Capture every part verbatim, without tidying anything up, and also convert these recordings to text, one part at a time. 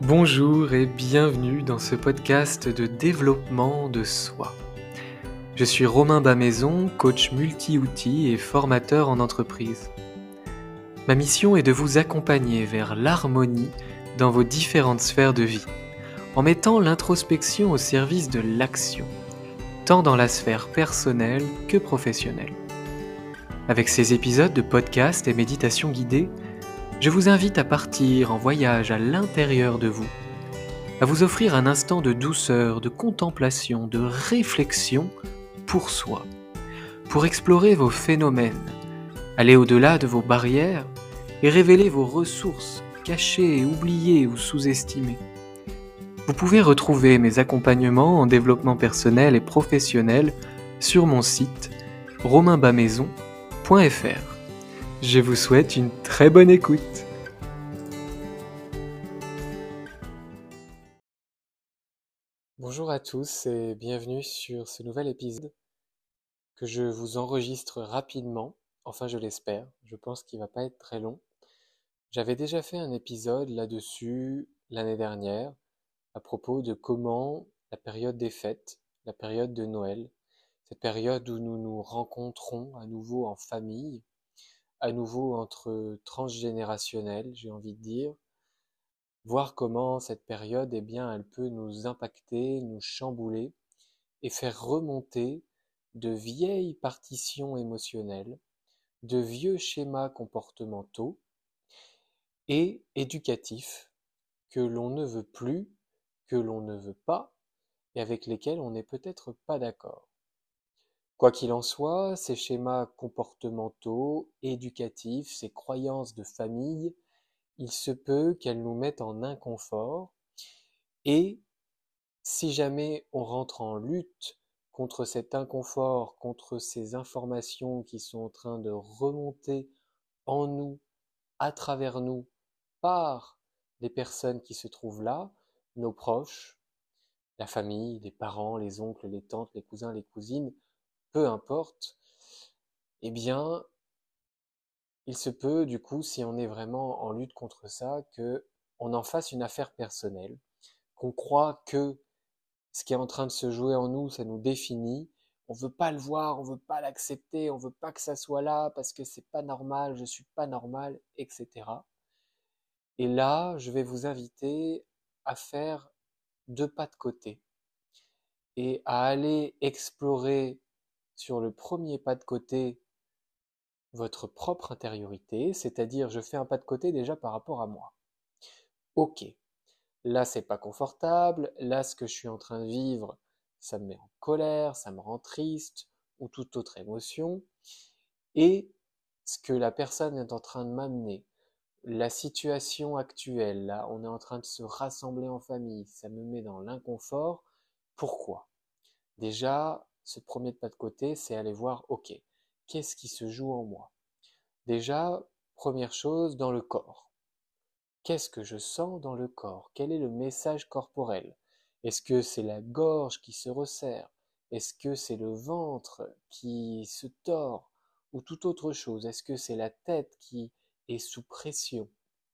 Bonjour et bienvenue dans ce podcast de développement de soi. Je suis Romain Bamaison, coach multi-outils et formateur en entreprise. Ma mission est de vous accompagner vers l'harmonie dans vos différentes sphères de vie, en mettant l'introspection au service de l'action, tant dans la sphère personnelle que professionnelle. Avec ces épisodes de podcast et méditation guidée, je vous invite à partir en voyage à l'intérieur de vous, à vous offrir un instant de douceur, de contemplation, de réflexion pour soi, pour explorer vos phénomènes, aller au-delà de vos barrières et révéler vos ressources cachées, oubliées ou sous-estimées. Vous pouvez retrouver mes accompagnements en développement personnel et professionnel sur mon site romain bamaison point f r. Je vous souhaite une très bonne écoute. Bonjour à tous et bienvenue sur ce nouvel épisode que je vous enregistre rapidement, enfin je l'espère, je pense qu'il ne va pas être très long. J'avais déjà fait un épisode là-dessus l'année dernière à propos de comment la période des fêtes, la période de Noël, cette période où nous nous rencontrons à nouveau en famille, à nouveau entre transgénérationnels, j'ai envie de dire, voir comment cette période, eh bien, elle peut nous impacter, nous chambouler et faire remonter de vieilles partitions émotionnelles, de vieux schémas comportementaux et éducatifs que l'on ne veut plus, que l'on ne veut pas et avec lesquels on n'est peut-être pas d'accord. Quoi qu'il en soit, ces schémas comportementaux, éducatifs, ces croyances de famille, il se peut qu'elles nous mettent en inconfort et si jamais on rentre en lutte contre cet inconfort, contre ces informations qui sont en train de remonter en nous, à travers nous, par les personnes qui se trouvent là, nos proches, la famille, les parents, les oncles, les tantes, les cousins, les cousines, peu importe, eh bien, il se peut, du coup, si on est vraiment en lutte contre ça, que on en fasse une affaire personnelle, qu'on croit que ce qui est en train de se jouer en nous, ça nous définit. On veut pas le voir, on veut pas l'accepter, on veut pas que ça soit là parce que c'est pas normal, je suis pas normal, et cetera. Et là, je vais vous inviter à faire deux pas de côté et à aller explorer sur le premier pas de côté votre propre intériorité, c'est-à-dire je fais un pas de côté déjà par rapport à moi. Ok, là c'est pas confortable, là ce que je suis en train de vivre, ça me met en colère, ça me rend triste, ou toute autre émotion, et ce que la personne est en train de m'amener, la situation actuelle, là on est en train de se rassembler en famille, ça me met dans l'inconfort. Pourquoi? Déjà, ce premier pas de côté, c'est aller voir, ok, qu'est-ce qui se joue en moi? Déjà, première chose, dans le corps. Qu'est-ce que je sens dans le corps? Quel est le message corporel? Est-ce que c'est la gorge qui se resserre? Est-ce que c'est le ventre qui se tord? Ou toute autre chose? Est-ce que c'est la tête qui est sous pression?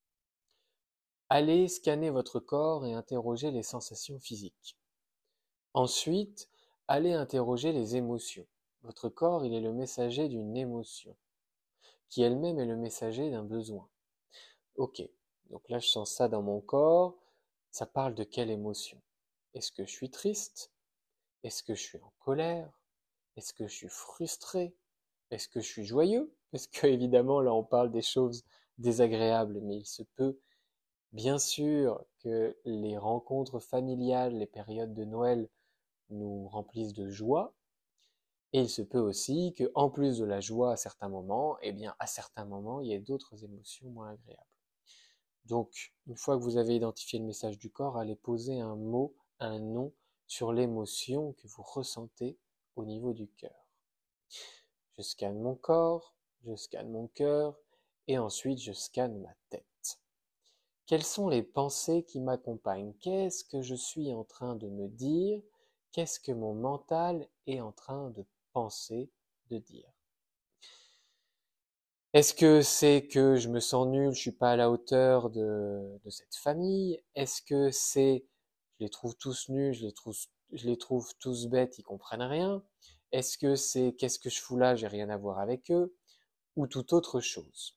Allez scanner votre corps et interroger les sensations physiques. Ensuite, allez interroger les émotions. Votre corps, il est le messager d'une émotion, qui elle-même est le messager d'un besoin. Ok, donc là je sens ça dans mon corps, ça parle de quelle émotion? Est-ce que je suis triste? Est-ce que je suis en colère? Est-ce que je suis frustré? Est-ce que je suis joyeux? Parce que évidemment là on parle des choses désagréables, mais il se peut bien sûr que les rencontres familiales, les périodes de Noël nous remplissent de joie, et il se peut aussi que en plus de la joie à certains moments, eh bien à certains moments il y ait d'autres émotions moins agréables. Donc, une fois que vous avez identifié le message du corps, allez poser un mot, un nom sur l'émotion que vous ressentez au niveau du cœur. Je scanne mon corps, je scanne mon cœur, et ensuite je scanne ma tête. Quelles sont les pensées qui m'accompagnent? Qu'est-ce que je suis en train de me dire? Qu'est-ce que mon mental est en train de penser, de dire? Est-ce que c'est que je me sens nul, je suis pas à la hauteur de, de cette famille? Est-ce que c'est je les trouve tous nuls, je les trouve, je les trouve tous bêtes, ils comprennent rien? Est-ce que c'est qu'est-ce que je fous là, j'ai rien à voir avec eux? Ou toute autre chose?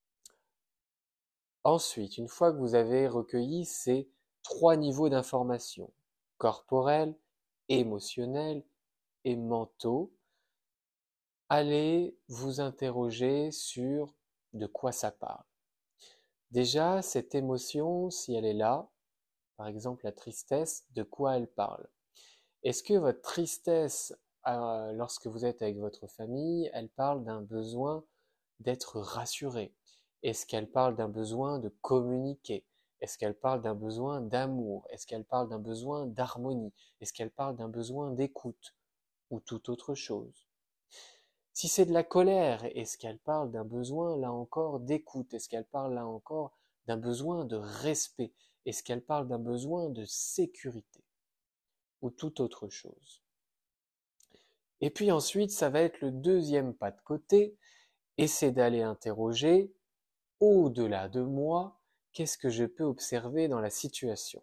Ensuite, une fois que vous avez recueilli ces trois niveaux d'information, corporels, émotionnels et mentaux, allez vous interroger sur de quoi ça parle. Déjà, cette émotion, si elle est là, par exemple la tristesse, de quoi elle parle? Est-ce que votre tristesse, euh, lorsque vous êtes avec votre famille, elle parle d'un besoin d'être rassuré? Est-ce qu'elle parle d'un besoin de communiquer? Est-ce qu'elle parle d'un besoin d'amour? Est-ce qu'elle parle d'un besoin d'harmonie? Est-ce qu'elle parle d'un besoin d'écoute? Ou toute autre chose? Si c'est de la colère, est-ce qu'elle parle d'un besoin, là encore, d'écoute? Est-ce qu'elle parle, là encore, d'un besoin de respect? Est-ce qu'elle parle d'un besoin de sécurité? Ou toute autre chose? Et puis ensuite, ça va être le deuxième pas de côté, et c'est d'aller interroger, au-delà de moi, qu'est-ce que je peux observer dans la situation?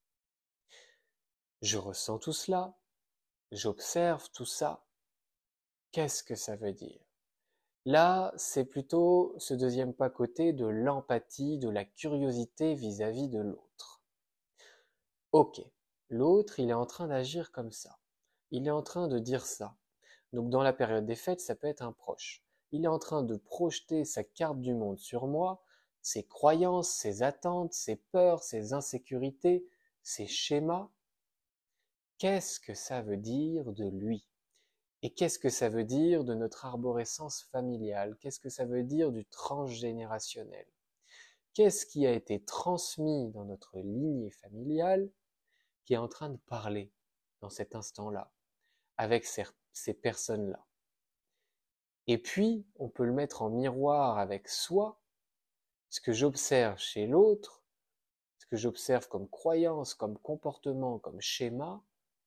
Je ressens tout cela, j'observe tout ça, qu'est-ce que ça veut dire? Là, c'est plutôt ce deuxième pas côté de l'empathie, de la curiosité vis-à-vis de l'autre. Ok, l'autre, il est en train d'agir comme ça. Il est en train de dire ça. Donc dans la période des fêtes, ça peut être un proche. Il est en train de projeter sa carte du monde sur moi, ses croyances, ses attentes, ses peurs, ses insécurités, ses schémas. Qu'est-ce que ça veut dire de lui? Et qu'est-ce que ça veut dire de notre arborescence familiale? Qu'est-ce que ça veut dire du transgénérationnel? Qu'est-ce qui a été transmis dans notre lignée familiale qui est en train de parler dans cet instant-là, avec ces, ces personnes-là? Et puis, on peut le mettre en miroir avec soi, ce que j'observe chez l'autre, ce que j'observe comme croyance, comme comportement, comme schéma,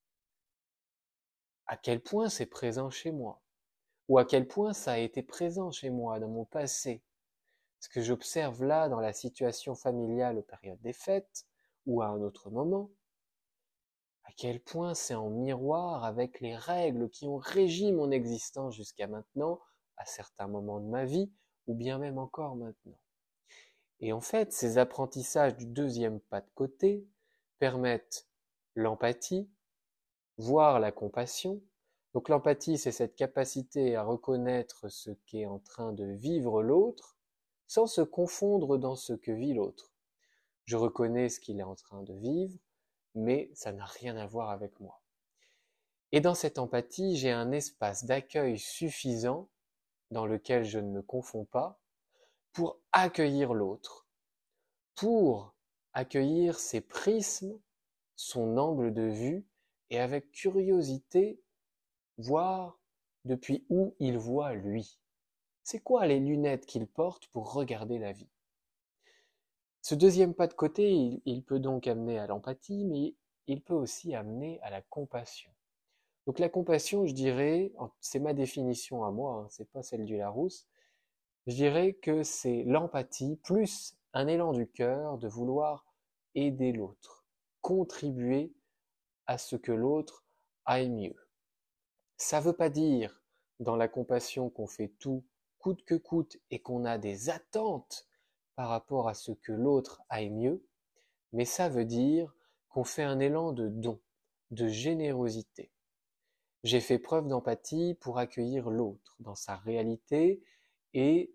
à quel point c'est présent chez moi, ou à quel point ça a été présent chez moi dans mon passé. Ce que j'observe là dans la situation familiale aux périodes des fêtes, ou à un autre moment, à quel point c'est en miroir avec les règles qui ont régi mon existence jusqu'à maintenant, à certains moments de ma vie, ou bien même encore maintenant. Et en fait, ces apprentissages du deuxième pas de côté permettent l'empathie, voire la compassion. Donc l'empathie, c'est cette capacité à reconnaître ce qu'est en train de vivre l'autre, sans se confondre dans ce que vit l'autre. Je reconnais ce qu'il est en train de vivre, mais ça n'a rien à voir avec moi. Et dans cette empathie, j'ai un espace d'accueil suffisant dans lequel je ne me confonds pas pour accueillir l'autre, pour accueillir ses prismes, son angle de vue, et avec curiosité, voir depuis où il voit lui. C'est quoi les lunettes qu'il porte pour regarder la vie? Ce deuxième pas de côté, il, il peut donc amener à l'empathie, mais il peut aussi amener à la compassion. Donc la compassion, je dirais, c'est ma définition à moi, hein, c'est pas celle du Larousse, je dirais que c'est l'empathie plus un élan du cœur de vouloir aider l'autre, contribuer à ce que l'autre aille mieux. Ça ne veut pas dire dans la compassion qu'on fait tout coûte que coûte et qu'on a des attentes par rapport à ce que l'autre aille mieux, mais ça veut dire qu'on fait un élan de don, de générosité. J'ai fait preuve d'empathie pour accueillir l'autre dans sa réalité et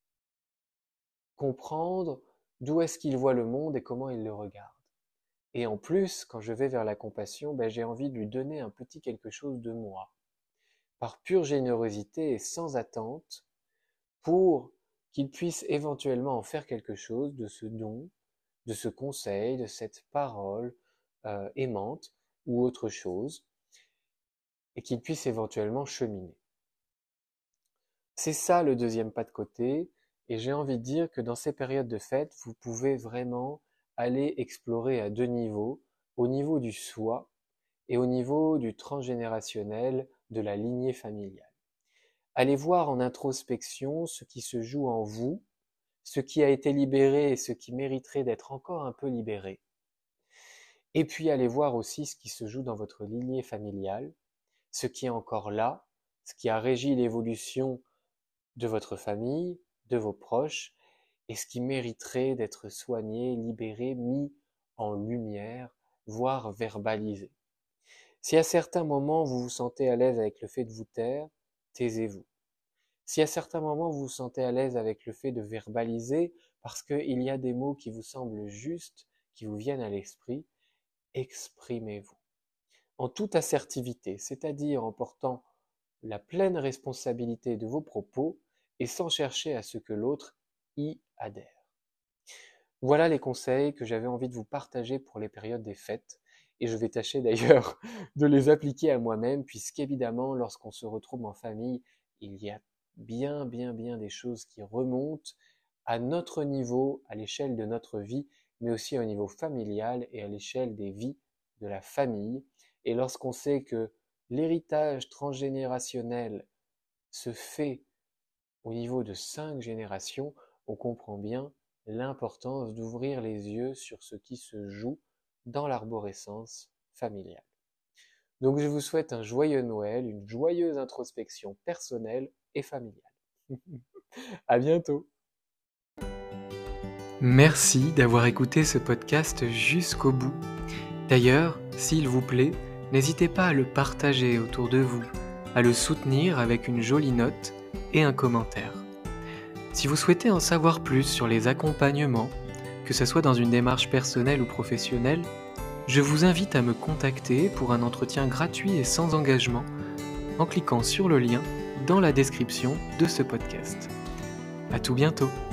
comprendre d'où est-ce qu'il voit le monde et comment il le regarde. Et en plus, quand je vais vers la compassion, ben, j'ai envie de lui donner un petit quelque chose de moi, par pure générosité et sans attente, pour qu'il puisse éventuellement en faire quelque chose de ce don, de ce conseil, de cette parole euh, aimante ou autre chose, et qu'il puisse éventuellement cheminer. C'est ça le deuxième pas de côté, et j'ai envie de dire que dans ces périodes de fête, vous pouvez vraiment aller explorer à deux niveaux, au niveau du soi et au niveau du transgénérationnel de la lignée familiale. Allez voir en introspection ce qui se joue en vous, ce qui a été libéré et ce qui mériterait d'être encore un peu libéré. Et puis allez voir aussi ce qui se joue dans votre lignée familiale, ce qui est encore là, ce qui a régi l'évolution de votre famille, de vos proches, et ce qui mériterait d'être soigné, libéré, mis en lumière, voire verbalisé. Si à certains moments vous vous sentez à l'aise avec le fait de vous taire, taisez-vous. Si à certains moments vous vous sentez à l'aise avec le fait de verbaliser, parce qu'il y a des mots qui vous semblent justes, qui vous viennent à l'esprit, exprimez-vous. En toute assertivité, c'est-à-dire en portant la pleine responsabilité de vos propos et sans chercher à ce que l'autre y adhère. Voilà les conseils que j'avais envie de vous partager pour les périodes des fêtes, et je vais tâcher d'ailleurs de les appliquer à moi-même, puisqu'évidemment, lorsqu'on se retrouve en famille, il y a bien, bien, bien des choses qui remontent à notre niveau, à l'échelle de notre vie, mais aussi au niveau familial et à l'échelle des vies de la famille. Et lorsqu'on sait que l'héritage transgénérationnel se fait au niveau de cinq générations, on comprend bien l'importance d'ouvrir les yeux sur ce qui se joue dans l'arborescence familiale. Donc je vous souhaite un joyeux Noël, une joyeuse introspection personnelle et familiale. À bientôt. Merci d'avoir écouté ce podcast jusqu'au bout. D'ailleurs, s'il vous plaît, n'hésitez pas à le partager autour de vous, à le soutenir avec une jolie note et un commentaire. Si vous souhaitez en savoir plus sur les accompagnements, que ce soit dans une démarche personnelle ou professionnelle, je vous invite à me contacter pour un entretien gratuit et sans engagement en cliquant sur le lien dans la description de ce podcast. À tout bientôt.